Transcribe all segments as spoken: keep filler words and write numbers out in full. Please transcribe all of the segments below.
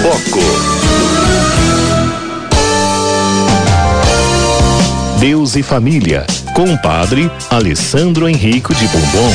Foco. Deus e Família, com o padre Alessandro Henrico de Bombom.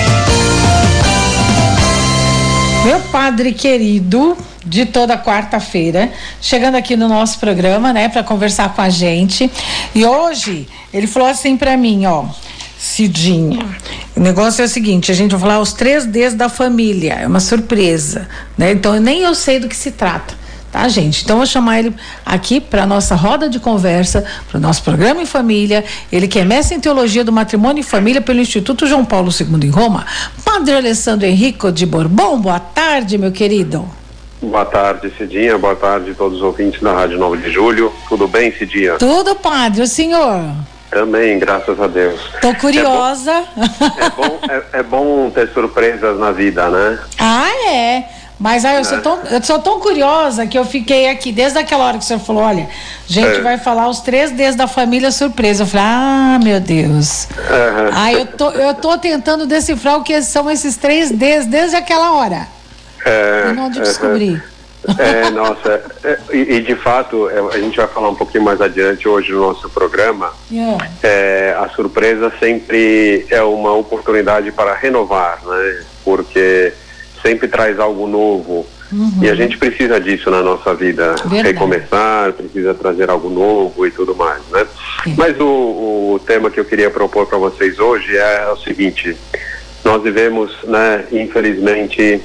Meu padre querido, de toda quarta-feira, chegando aqui no nosso programa, né, para conversar com a gente. E hoje ele falou assim para mim, ó, Cidinha, o negócio é o seguinte, a gente vai falar os três Ds da família, é uma surpresa, né? Então nem eu sei do que se trata. Tá, gente? Então, eu vou chamar ele aqui para nossa roda de conversa, para o nosso programa em família. Ele que é mestre em teologia do matrimônio e família pelo Instituto João Paulo segundo em Roma. Padre Alessandro Henrico de Borbom, boa tarde, meu querido. Boa tarde, Cidinha. Boa tarde a todos os ouvintes da Rádio nove de Julho. Tudo bem, Cidinha? Tudo, padre. O senhor? Também, graças a Deus. Tô curiosa. É bom, é bom, é, é bom ter surpresas na vida, né? Ah, é. Mas ah, eu, sou tão, eu sou tão curiosa que eu fiquei aqui desde aquela hora que o senhor falou, olha, a gente é. vai falar os três Ds da família surpresa. Eu falei, ah, meu Deus. Uhum. Ah, eu tô, eu tô tentando decifrar o que são esses três Ds desde aquela hora. É. E não de descobrir. É, nossa, é, e, e de fato, é, a gente vai falar um pouquinho mais adiante hoje no nosso programa. Yeah. É, a surpresa sempre é uma oportunidade para renovar, né? Porque sempre traz algo novo. Uhum. E a gente precisa disso na nossa vida. Verdade. Recomeçar, precisa trazer algo novo e tudo mais, né? Sim. Mas o, o tema que eu queria propor para vocês hoje é o seguinte: nós vivemos, né, infelizmente,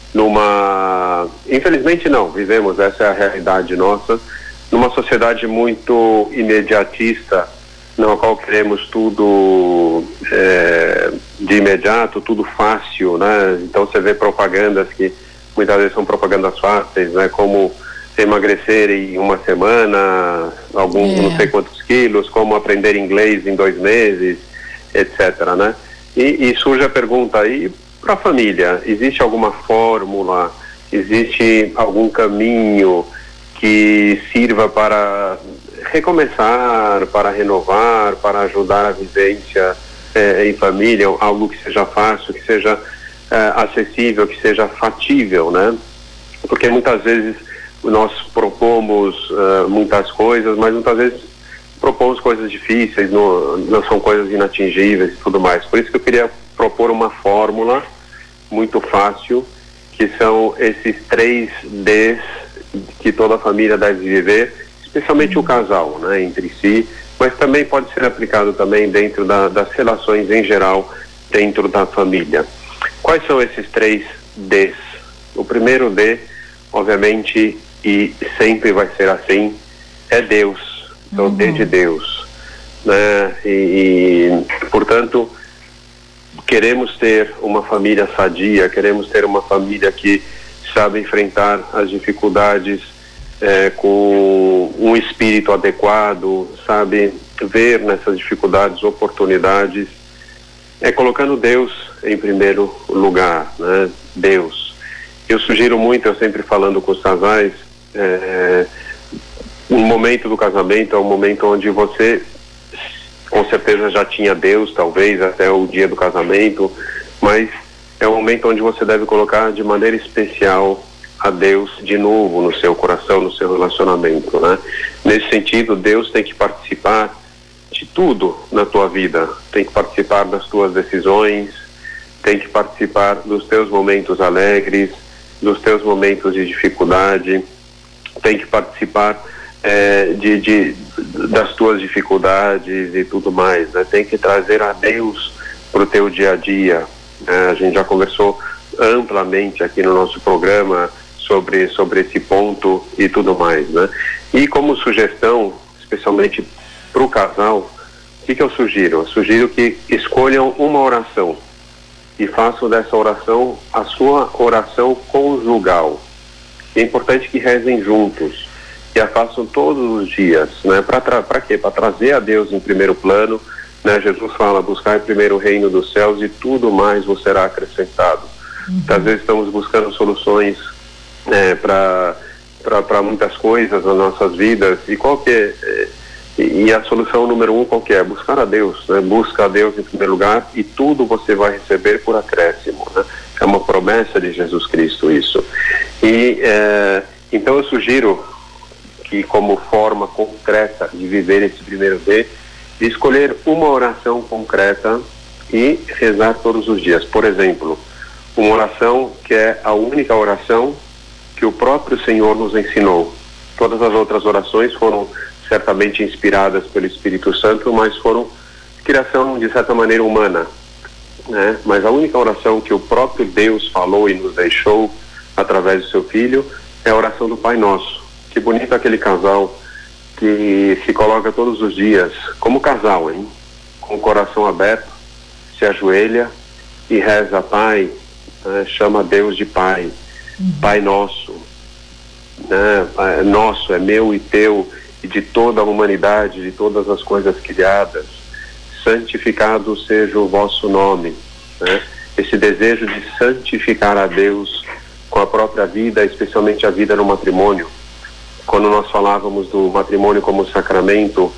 numa... Infelizmente não, vivemos, essa é a realidade nossa, numa sociedade muito imediatista, na qual queremos tudo é, de imediato, tudo fácil, né? Então você vê propagandas que muitas vezes são propagandas fáceis, né? Como emagrecer em uma semana, alguns é. não sei quantos quilos, como aprender inglês em dois meses, etcétera, né? E, e surge a pergunta aí, para a família, existe alguma fórmula, existe algum caminho que sirva para recomeçar, para renovar, para ajudar a vivência eh, em família, algo que seja fácil, que seja eh, acessível, que seja fatível, né? Porque muitas vezes nós propomos uh, muitas coisas, mas muitas vezes propomos coisas difíceis, não, não são coisas inatingíveis e tudo mais. Por isso que eu queria propor uma fórmula muito fácil, que são esses três Ds que toda família deve viver, especialmente o casal, né, entre si, mas também pode ser aplicado também dentro da, das relações em geral, dentro da família. Quais são esses três Ds? O primeiro D, obviamente, e sempre vai ser assim, é Deus, é o uhum. D de Deus, né, e, e portanto, queremos ter uma família sadia, queremos ter uma família que sabe enfrentar as dificuldades É, com um espírito adequado, sabe, ver nessas dificuldades oportunidades, é colocando Deus em primeiro lugar, né? Deus. Eu sugiro muito, eu sempre falando com os casais, é, um momento do casamento é um momento onde você com certeza já tinha Deus, talvez até o dia do casamento, mas é um momento onde você deve colocar de maneira especial a Deus de novo no seu coração, no seu relacionamento, né? Nesse sentido, Deus tem que participar de tudo na tua vida, tem que participar das tuas decisões, tem que participar dos teus momentos alegres, dos teus momentos de dificuldade, tem que participar é, de, de, das tuas dificuldades e tudo mais, né? Tem que trazer a Deus para o teu dia a dia, né? A gente já conversou amplamente aqui no nosso programa sobre, sobre esse ponto e tudo mais, né? E como sugestão, especialmente para o casal, o que, que eu sugiro? Eu sugiro que escolham uma oração e façam dessa oração a sua oração conjugal. É importante que rezem juntos, que a façam todos os dias, né? Para tra- para quê? Para trazer a Deus em primeiro plano, né? Jesus fala, buscar primeiro o reino dos céus e tudo mais vos será acrescentado. Uhum. Às vezes estamos buscando soluções É, para para muitas coisas nas nossas vidas, e qual que é, é, e a solução número um qual que é? Buscar a Deus, né? Busca a Deus em primeiro lugar e tudo você vai receber por acréscimo, né? É uma promessa de Jesus Cristo isso. E, é, Então eu sugiro que, como forma concreta de viver esse primeiro D, de escolher uma oração concreta e rezar todos os dias. Por exemplo, uma oração que é a única oração que o próprio Senhor nos ensinou. Todas as outras orações foram certamente inspiradas pelo Espírito Santo, mas foram criação de certa maneira humana, né? Mas a única oração que o próprio Deus falou e nos deixou através do seu Filho é a oração do Pai Nosso. Que bonito aquele casal que se coloca todos os dias como casal, hein? Com o coração aberto, se ajoelha e reza: Pai, né? Chama Deus de Pai, uhum. Pai Nosso, né? É nosso, é meu e teu e de toda a humanidade, de todas as coisas criadas. Santificado seja o vosso nome, né? Esse desejo de santificar a Deus com a própria vida, especialmente a vida no matrimônio. Quando nós falávamos do matrimônio como sacramento,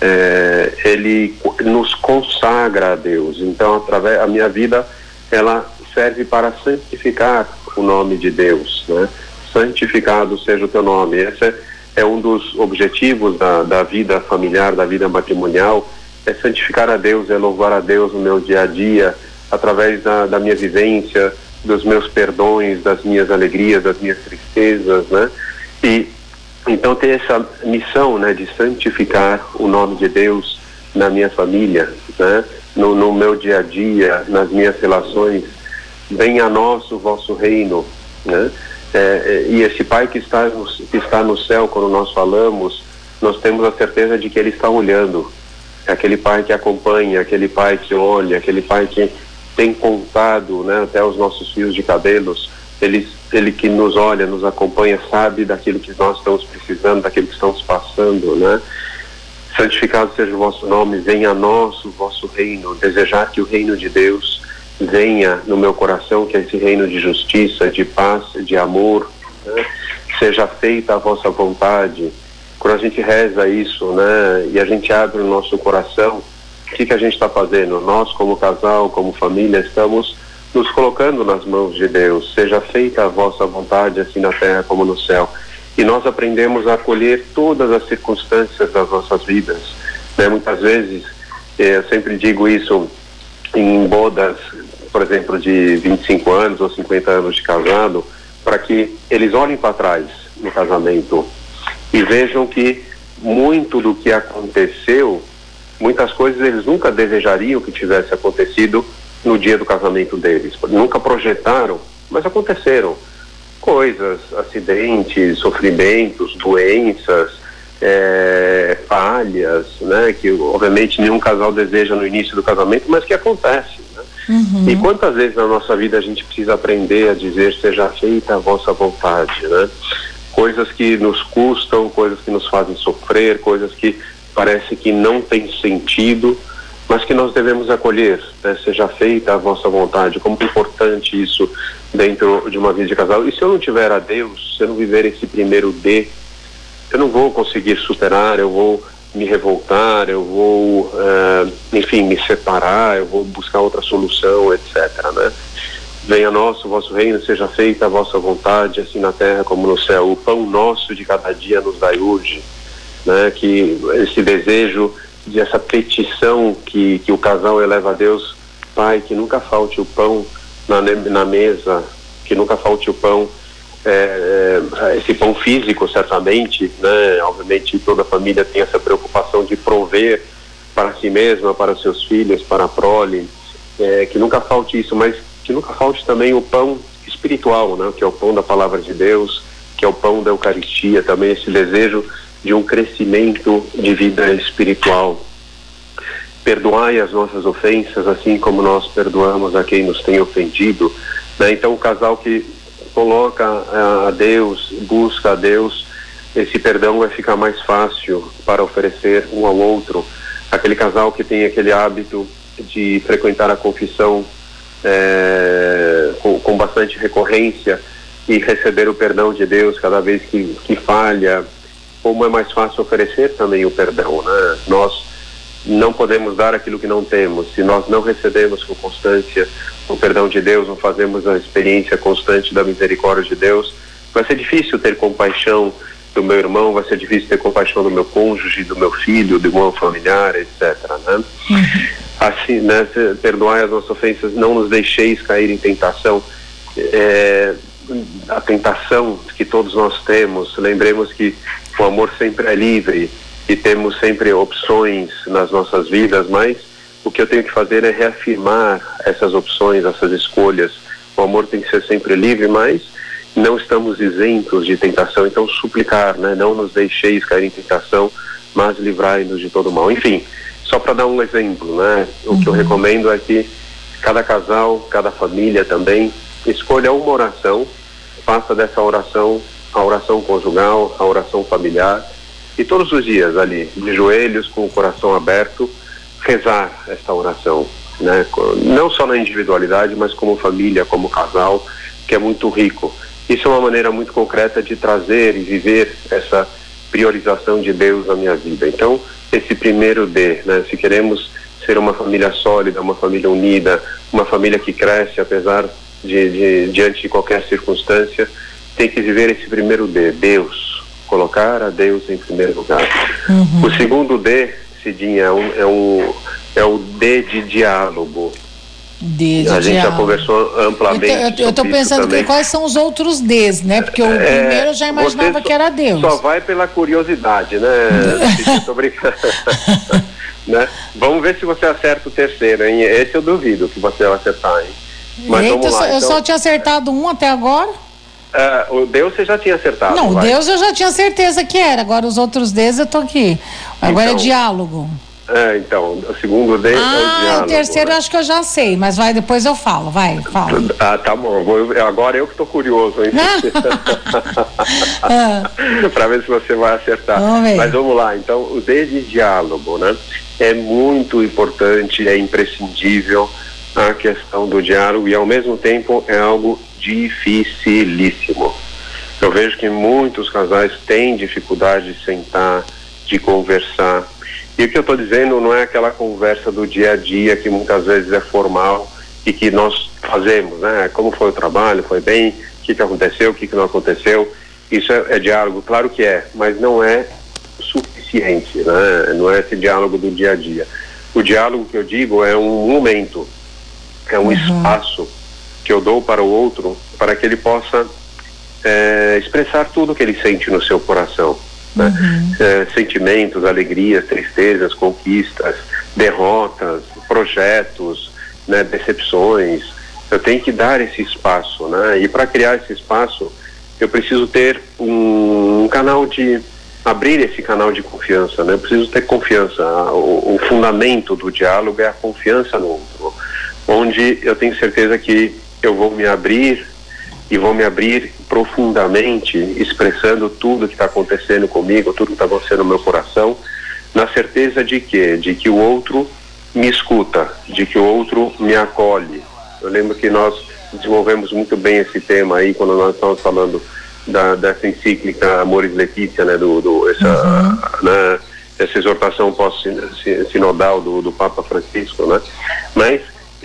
é, ele nos consagra a Deus. Então, através a minha vida, ela serve para santificar o nome de Deus, né? Santificado seja o teu nome. Esse é, é um dos objetivos da, da vida familiar, da vida matrimonial, é santificar a Deus, é louvar a Deus no meu dia a dia, através da, da minha vivência, dos meus perdões, das minhas alegrias, das minhas tristezas, né? E então ter essa missão, né, de santificar o nome de Deus na minha família, né? No, no meu dia a dia, nas minhas relações. Venha a nós o vosso reino, né? É, e esse Pai que está, no, que está no céu, quando nós falamos, nós temos a certeza de que Ele está olhando. É aquele Pai que acompanha, aquele Pai que olha, aquele Pai que tem contado, né, até os nossos fios de cabelos. Ele, ele que nos olha, nos acompanha, sabe daquilo que nós estamos precisando, daquilo que estamos passando, né? Santificado seja o vosso nome, venha a nós o vosso reino. Desejar que o reino de Deus venha no meu coração, que é esse reino de justiça, de paz, de amor, né? Seja feita a vossa vontade. Quando a gente reza isso, né, e a gente abre o nosso coração, o que que a gente está fazendo? Nós, como casal, como família, estamos nos colocando nas mãos de Deus. Seja feita a vossa vontade, assim na terra como no céu. E nós aprendemos a acolher todas as circunstâncias das nossas vidas, né? Muitas vezes, eh, eu sempre digo isso em bodas, por exemplo, de vinte e cinco anos ou cinquenta anos de casado, para que eles olhem para trás no casamento e vejam que muito do que aconteceu, muitas coisas eles nunca desejariam que tivesse acontecido no dia do casamento deles. Nunca projetaram, mas aconteceram. Coisas, acidentes, sofrimentos, doenças, é, falhas, né? Que obviamente nenhum casal deseja no início do casamento, mas que acontece, né? Uhum. E quantas vezes na nossa vida a gente precisa aprender a dizer: seja feita a vossa vontade, né? Coisas que nos custam, coisas que nos fazem sofrer, coisas que parece que não tem sentido, mas que nós devemos acolher, né? Seja feita a vossa vontade. Como é importante isso dentro de uma vida de casal. E se eu não tiver a Deus, se eu não viver esse primeiro D, eu não vou conseguir superar, eu vou me revoltar, eu vou, uh, enfim, me separar, eu vou buscar outra solução, etcétera, né? Venha a nós o vosso reino, seja feita a vossa vontade, assim na terra como no céu. O pão nosso de cada dia nos dai hoje, né? Que esse desejo, de essa petição que, que o casal eleva a Deus: Pai, que nunca falte o pão na, na mesa, que nunca falte o pão, é, é, esse pão físico, certamente, né? Obviamente toda família tem essa preocupação de prover para si mesma, para seus filhos, para a prole, é, que nunca falte isso, mas que nunca falte também o pão espiritual, né? Que é o pão da palavra de Deus, que é o pão da Eucaristia, também esse desejo de um crescimento de vida espiritual. Perdoai as nossas ofensas, assim como nós perdoamos a quem nos tem ofendido, né? Então o casal que coloca a Deus, busca a Deus, esse perdão vai ficar mais fácil para oferecer um ao outro. Aquele casal que tem aquele hábito de frequentar a confissão é, com, com bastante recorrência e receber o perdão de Deus cada vez que, que falha, como é mais fácil oferecer também o perdão, né? Nós não podemos dar aquilo que não temos. Se nós não recebemos com constância o perdão de Deus, não fazemos a experiência constante da misericórdia de Deus, Vai ser difícil ter compaixão do meu irmão, vai ser difícil ter compaixão do meu cônjuge, do meu filho, do meu familiar, etcétera, né? Uhum. Assim, né, perdoai as nossas ofensas, não nos deixeis cair em tentação. É, a tentação que todos nós temos, lembremos que o amor sempre é livre e temos sempre opções nas nossas vidas, mas o que eu tenho que fazer é reafirmar essas opções, essas escolhas. O amor tem que ser sempre livre, mas não estamos isentos de tentação, então suplicar, né? Não nos deixeis cair em tentação, mas livrai-nos de todo mal. Enfim, só para dar um exemplo, né? O uhum. que eu recomendo é que cada casal, cada família também, escolha uma oração, faça dessa oração a oração conjugal, a oração familiar, e todos os dias ali, de joelhos, com o coração aberto, rezar esta oração, né? Não só na individualidade, mas como família, como casal, que é muito rico. Isso é uma maneira muito concreta de trazer e viver essa priorização de Deus na minha vida. Então, esse primeiro D, né? Se queremos ser uma família sólida, uma família unida, uma família que cresce apesar de, de diante de qualquer circunstância, tem que viver esse primeiro D, Deus, colocar a Deus em primeiro lugar. Uhum. O segundo D, Cidinha, é, um, é, um, é o D de diálogo. D de a gente diálogo. já conversou amplamente. Eu estou pensando que quais são os outros Ds, né? Porque o é, primeiro eu já imaginava que era Deus. Só vai pela curiosidade, né? Estou brincando. Né? Vamos ver se você acerta o terceiro, hein? Esse eu duvido que você vai acertar, hein? Mas Eita, vamos lá, eu então. só tinha acertado um até agora. Uh, o Deus você já tinha acertado. Não, o vai. Deus eu já tinha certeza que era. Agora os outros Ds eu tô aqui. Agora então, é diálogo. É, então, o segundo D ah, é o diálogo. O terceiro né? eu acho que eu já sei, mas vai, depois eu falo, vai, fala. Ah, tá bom. Vou, agora eu que tô curioso, hein? ah. Para ver se você vai acertar. Vamos mas vamos lá, então, o D de diálogo, né? É muito importante, é imprescindível a questão do diálogo e ao mesmo tempo é algo dificilíssimo. Eu vejo que muitos casais têm dificuldade de sentar, de conversar. E o que eu estou dizendo não é aquela conversa do dia a dia que muitas vezes é formal e que nós fazemos, né? Como foi o trabalho, foi bem, o que, que aconteceu, o que, que não aconteceu. Isso é, é diálogo, claro que é, mas não é suficiente, né? Não é esse diálogo do dia a dia. O diálogo que eu digo é um momento, é um uhum. espaço que eu dou para o outro para que ele possa é, expressar tudo que ele sente no seu coração. Né? Uhum. É, sentimentos, alegrias, tristezas, conquistas, derrotas, projetos, né, decepções. Eu tenho que dar esse espaço, né? E para criar esse espaço eu preciso ter um, um canal de abrir esse canal de confiança, né? Eu preciso ter confiança. O, o fundamento do diálogo é a confiança no outro, onde eu tenho certeza que eu vou me abrir e vou me abrir profundamente, expressando tudo que está acontecendo comigo, tudo que está acontecendo no meu coração, na certeza de que, de que o outro me escuta, de que o outro me acolhe. Eu lembro que nós desenvolvemos muito bem esse tema aí quando nós estávamos falando da, dessa encíclica Amoris Laetitia, né, do, do essa, uhum. né, essa exortação pós-sinodal do, do Papa Francisco, né? Mas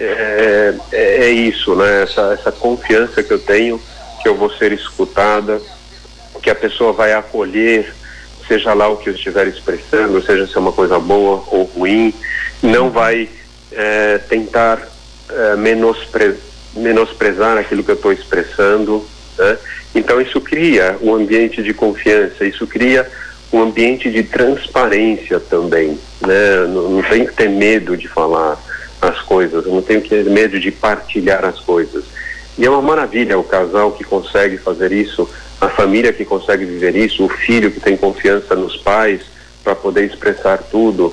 é, é, é isso, né? Essa, essa confiança que eu tenho que eu vou ser escutada, que a pessoa vai acolher, seja lá o que eu estiver expressando, seja se é uma coisa boa ou ruim, não vai é, tentar é, menospre, menosprezar aquilo que eu estou expressando, né? Então isso cria um ambiente de confiança, isso cria um ambiente de transparência também, né? Não, não tem que ter medo de falar as coisas, não tenho que ter medo de partilhar as coisas. E é uma maravilha o casal que consegue fazer isso, a família que consegue viver isso, o filho que tem confiança nos pais para poder expressar tudo,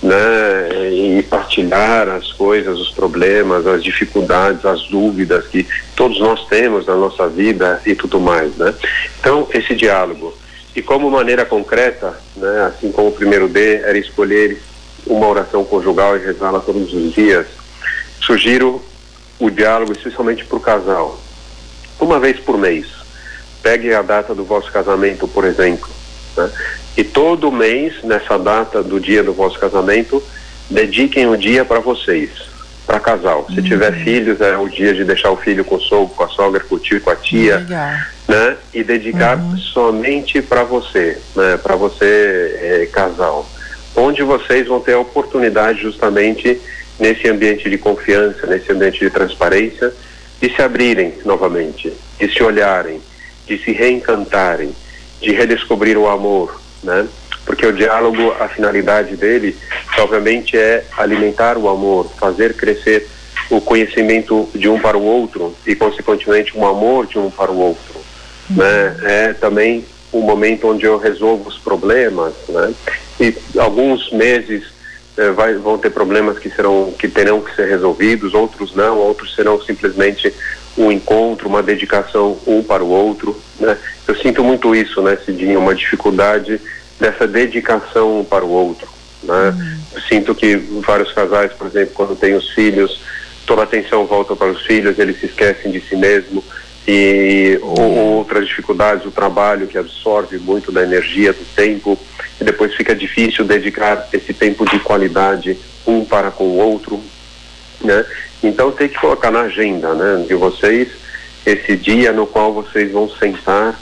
né, e partilhar as coisas, os problemas, as dificuldades, as dúvidas que todos nós temos na nossa vida e tudo mais, né? Então, esse diálogo. E como maneira concreta, né, assim como o primeiro D era escolher uma oração conjugal e rezá-la todos os dias, sugiro o diálogo especialmente para o casal. Uma vez por mês, pegue a data do vosso casamento, por exemplo, né? E todo mês, nessa data do dia do vosso casamento, dediquem o dia para vocês, para casal. Se uhum. tiver filhos, é o dia de deixar o filho com o sogro, com a sogra, com o tio, com a tia, né? né? E dedicar uhum. somente para você, né? Para você, é, casal, onde vocês vão ter a oportunidade justamente nesse ambiente de confiança, nesse ambiente de transparência, de se abrirem novamente, de se olharem, de se reencantarem, de redescobrir o amor, né? Porque o diálogo, a finalidade dele, obviamente, é alimentar o amor, fazer crescer o conhecimento de um para o outro e, consequentemente, um amor de um para o outro, uhum. né? É também um momento onde eu resolvo os problemas, né? E alguns meses eh, vai, vão ter problemas que serão, que terão que ser resolvidos, outros não, outros serão simplesmente um encontro, uma dedicação um para o outro, né? Eu sinto muito isso, né, Cidinha, uma dificuldade dessa dedicação um para o outro, né? Uhum. Eu sinto que vários casais, por exemplo, quando têm os filhos, toda a atenção volta para os filhos, eles se esquecem de si mesmo, e uhum. outras dificuldades, o trabalho que absorve muito da energia, do tempo, e depois fica difícil dedicar esse tempo de qualidade um para com o outro, né? Então tem que colocar na agenda, né, de vocês esse dia no qual vocês vão sentar,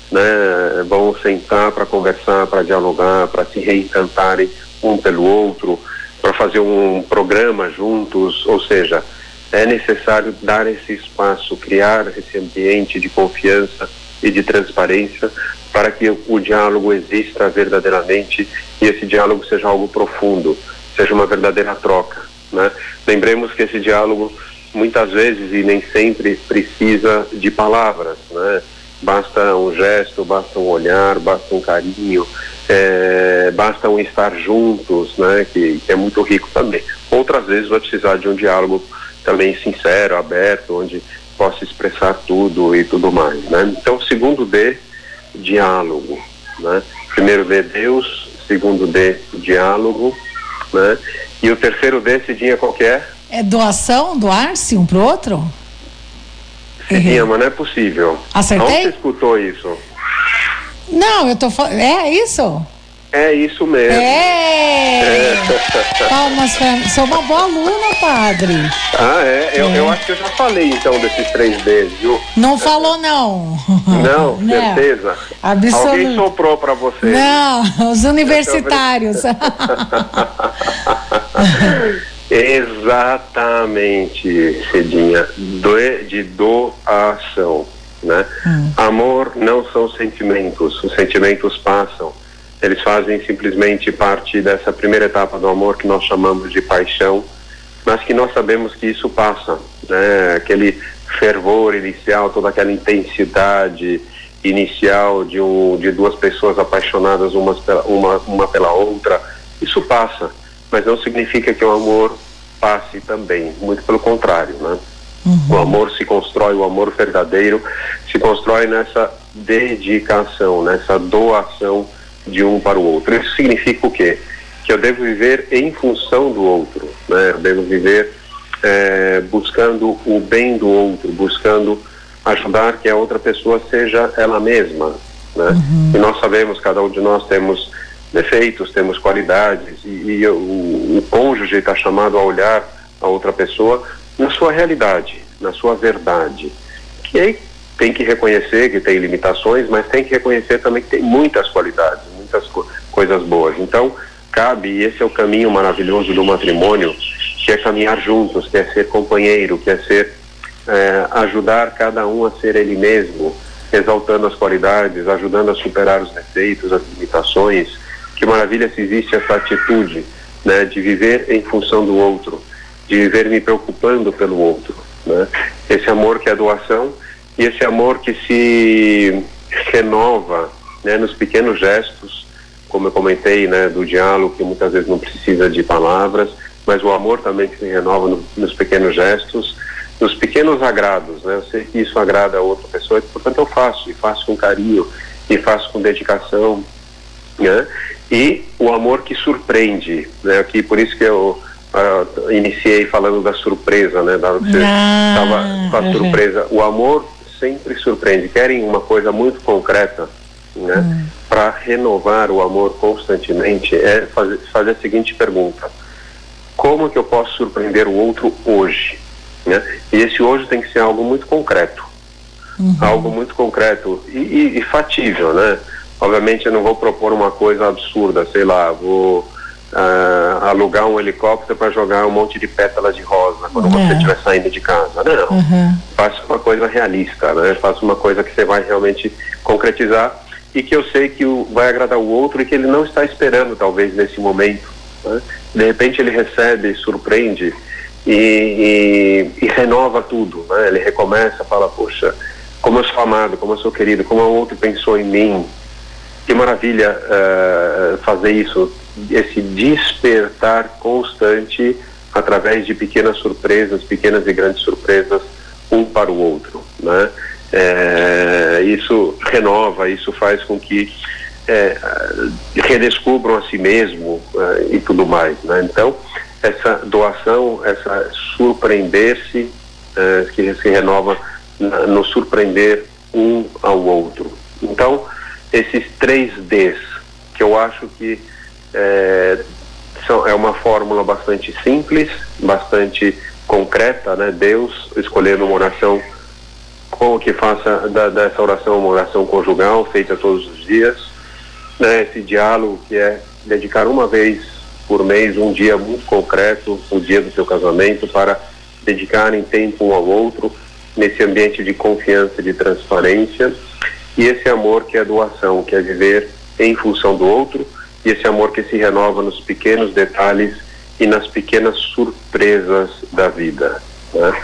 né, vão sentar para conversar, para dialogar, para se reencantarem um pelo outro, para fazer um programa juntos. Ou seja, é necessário dar esse espaço, criar esse ambiente de confiança e de transparência para que o diálogo exista verdadeiramente e esse diálogo seja algo profundo, seja uma verdadeira troca, né? Lembremos que esse diálogo muitas vezes e nem sempre precisa de palavras, né? Basta um gesto, basta um olhar, basta um carinho, é, basta um estar juntos, né? Que, que é muito rico também. Outras vezes vai precisar de um diálogo também sincero, aberto, onde possa expressar tudo e tudo mais, né? Então, segundo D, diálogo, né? Primeiro D, Deus. Segundo D, diálogo, né? E o terceiro D, Cidinha, qual que é? É doação, doar-se um pro outro? Cidinha, mas não é possível. Acertei? Onde você escutou isso? Não, eu tô falando... É isso? É isso mesmo. É! é. Palmas pra mim. Sou uma boa aluna, padre. Ah, é? Eu, é? eu acho que eu já falei, então, desses três Ds, viu? Não falou, não. Não, não. Certeza? Absoluto. Alguém soprou pra você. Não, os universitários. Exatamente, Cidinha. Do, de doação, né? Hum. Amor não são sentimentos. Os sentimentos passam. Eles fazem simplesmente parte dessa primeira etapa do amor que nós chamamos de paixão, mas que nós sabemos que isso passa, né? Aquele fervor inicial, toda aquela intensidade inicial de, um, de duas pessoas apaixonadas umas pela, uma, uma pela outra, isso passa, mas não significa que o amor passe também, muito pelo contrário, né? Uhum. O amor se constrói, o amor verdadeiro se constrói nessa dedicação, nessa doação de um para o outro. Isso significa o quê? Que eu devo viver em função do outro, né? Eu devo viver é, buscando o bem do outro, buscando ajudar que a outra pessoa seja ela mesma, né? Uhum. E nós sabemos, cada um de nós temos defeitos, temos qualidades, e, e o, o cônjuge está chamado a olhar a outra pessoa na sua realidade, na sua verdade, que aí tem que reconhecer que tem limitações, mas tem que reconhecer também que tem muitas qualidades, muitas co- coisas boas. Então, cabe, e esse é o caminho maravilhoso do matrimônio, que é caminhar juntos, que é ser companheiro, que é ser, é, ajudar cada um a ser ele mesmo, exaltando as qualidades, ajudando a superar os defeitos, as limitações. Que maravilha se existe essa atitude, né, de viver em função do outro, de viver me preocupando pelo outro, né? Esse amor que é doação, e esse amor que se renova, né, nos pequenos gestos, como eu comentei, né, do diálogo, que muitas vezes não precisa de palavras, mas o amor também que se renova no, nos pequenos gestos, nos pequenos agrados, né? Eu sei que isso agrada a outra pessoa, e, portanto eu faço, e faço com carinho, e faço com dedicação, né? E o amor que surpreende, né? Aqui, por isso que eu uh, iniciei falando da surpresa, né? Da, você estava ah, com a uhum. surpresa. O amor sempre surpreende. Querem uma coisa muito concreta, né? Uhum. Para renovar o amor constantemente, é fazer, fazer a seguinte pergunta: como que eu posso surpreender o outro hoje, né? E esse hoje tem que ser algo muito concreto. uhum. algo muito concreto e, e, e fatível, né? Obviamente eu não vou propor uma coisa absurda, sei lá, vou uh, alugar um helicóptero para jogar um monte de pétalas de rosa quando é. você estiver saindo de casa. Não, uhum. faça uma coisa realista, né? Faça uma coisa que você vai realmente concretizar e que eu sei que o, vai agradar o outro e que ele não está esperando talvez nesse momento, né? De repente ele recebe, surpreende e, e, e renova tudo, né? Ele recomeça, fala, poxa, como eu sou amado, como eu sou querido, como o outro pensou em mim. Que maravilha uh, fazer isso, esse despertar constante através de pequenas surpresas, pequenas e grandes surpresas, um para o outro, né? É, isso renova, isso faz com que é, redescubram a si mesmo uh, e tudo mais, né? Então, essa doação, essa surpreender-se, uh, que se renova na, no surpreender um ao outro. Então, esses três Ds, que eu acho que é, são, é uma fórmula bastante simples, bastante concreta, né? Deus escolhendo uma oração com que faça da, dessa oração uma oração conjugal, feita todos os dias, né? Esse diálogo que é dedicar uma vez por mês, um dia muito concreto, o dia do seu casamento, para dedicarem tempo um ao outro, nesse ambiente de confiança e de transparência. E esse amor que é doação, que é viver em função do outro, e esse amor que se renova nos pequenos detalhes e nas pequenas surpresas da vida, né?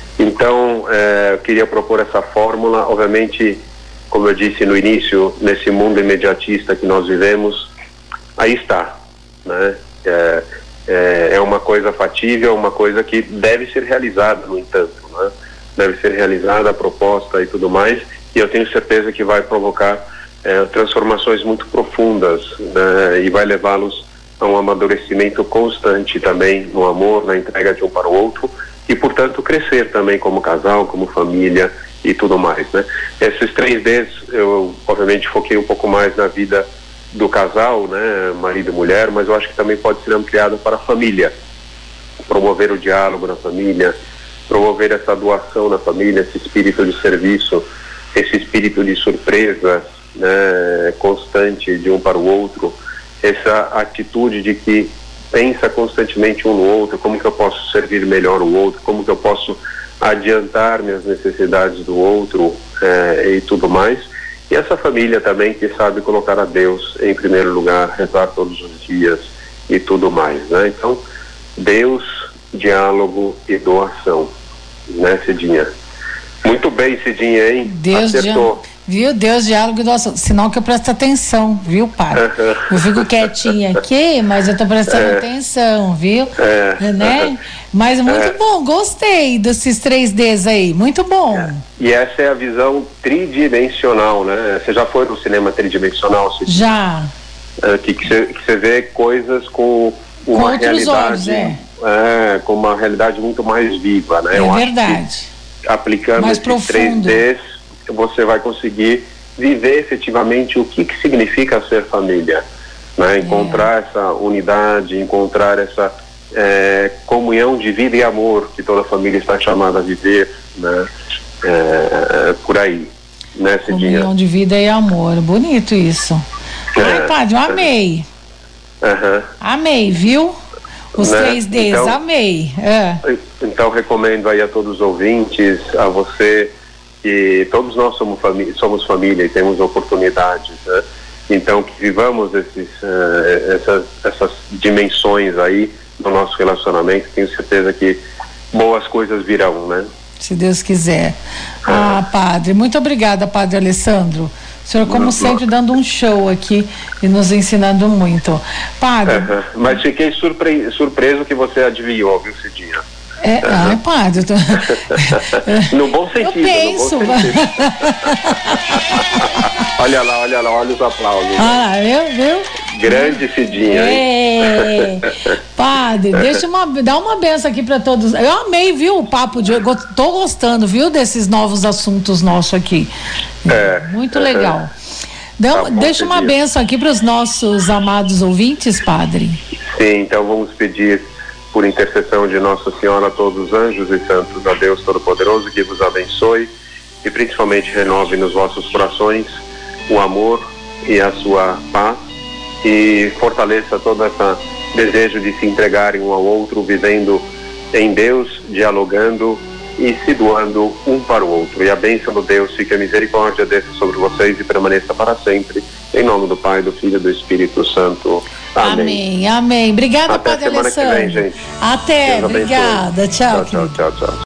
Então, eh, eu queria propor essa fórmula. Obviamente, como eu disse no início, nesse mundo imediatista que nós vivemos, aí está, né? É, é, é uma coisa fatível, uma coisa que deve ser realizada, no entanto, né? Deve ser realizada a proposta e tudo mais. E eu tenho certeza que vai provocar eh, transformações muito profundas, né? E vai levá-los a um amadurecimento constante também no amor, na entrega de um para o outro e, portanto, crescer também como casal, como família e tudo mais, né? Esses três Ds, eu obviamente foquei um pouco mais na vida do casal, né? Marido e mulher, mas eu acho que também pode ser ampliado para a família. Promover o diálogo na família, promover essa doação na família, esse espírito de serviço, esse espírito de surpresa, né, constante de um para o outro, essa atitude de que pensa constantemente um no outro, como que eu posso servir melhor o outro, como que eu posso adiantar minhas necessidades do outro, é, e tudo mais. E essa família também que sabe colocar a Deus em primeiro lugar, rezar todos os dias e tudo mais, né? Então, Deus, diálogo e doação, né, Cidinha? Muito bem, Cidinha, hein? Deus Acertou. Dia... Viu? Deus, diálogo e doação. Sinal que eu presto atenção, viu, padre? Eu fico quietinha aqui, mas eu tô prestando é. atenção, viu? É. Né? Mas muito é. bom, gostei desses três Ds aí, muito bom. É. E essa é a visão tridimensional, né? Você já foi no cinema tridimensional, Cidinha? Já. É, que você que você vê coisas com uma com outros realidade, olhos, é. é, com uma realidade muito mais viva, né? É eu verdade. Acho que aplicando mais esses profundo. três Ds, você vai conseguir viver efetivamente o que, que significa ser família, né? Encontrar é. essa unidade, encontrar essa é, comunhão de vida e amor que toda família está chamada a viver, né? É, por aí, né, Cidinha? Comunhão de vida e amor, bonito isso. É. Ai, padre, eu amei. Uhum. Amei, viu? Os né? três Ds, então, amei. É. Então recomendo aí a todos os ouvintes, a você, que todos nós somos família, somos família e temos oportunidades, né? Então que vivamos esses, uh, essas, essas dimensões aí no nosso relacionamento. Tenho certeza que boas coisas virão, né? Se Deus quiser. Ah, ah padre, muito obrigada, padre Alessandro. O senhor, como sempre, dando um show aqui e nos ensinando muito. Padre... Uh-huh. Mas fiquei surpre... surpreso que você adivinhou, viu, Cidinha? É, uh-huh. Ai, padre... Eu tô... no bom sentido, eu penso. No bom sentido. Olha lá, olha lá, olha os aplausos. Ah, viu, viu? Grande Cidinha, é. hein? Padre, deixa uma, dá uma benção aqui para todos. Eu amei, viu, o papo de hoje. Tô gostando, viu, desses novos assuntos nossos aqui. É, muito legal. É. Então, tá bom, deixa uma benção aqui para os nossos amados ouvintes, padre. Sim, então vamos pedir por intercessão de Nossa Senhora, todos os anjos e santos, a Deus Todo-Poderoso, que vos abençoe e principalmente renove nos vossos corações o amor e a sua paz, e fortaleça todo esse desejo de se entregarem um ao outro, vivendo em Deus, dialogando e se doando um para o outro. E a bênção do Deus fique a misericórdia desça sobre vocês e permaneça para sempre. Em nome do Pai, do Filho e do Espírito Santo. Amém. Amém, amém. Obrigada, Até Padre semana Alessandro. que vem, gente. Até, obrigada. Tchau, tchau, tchau, tchau, tchau.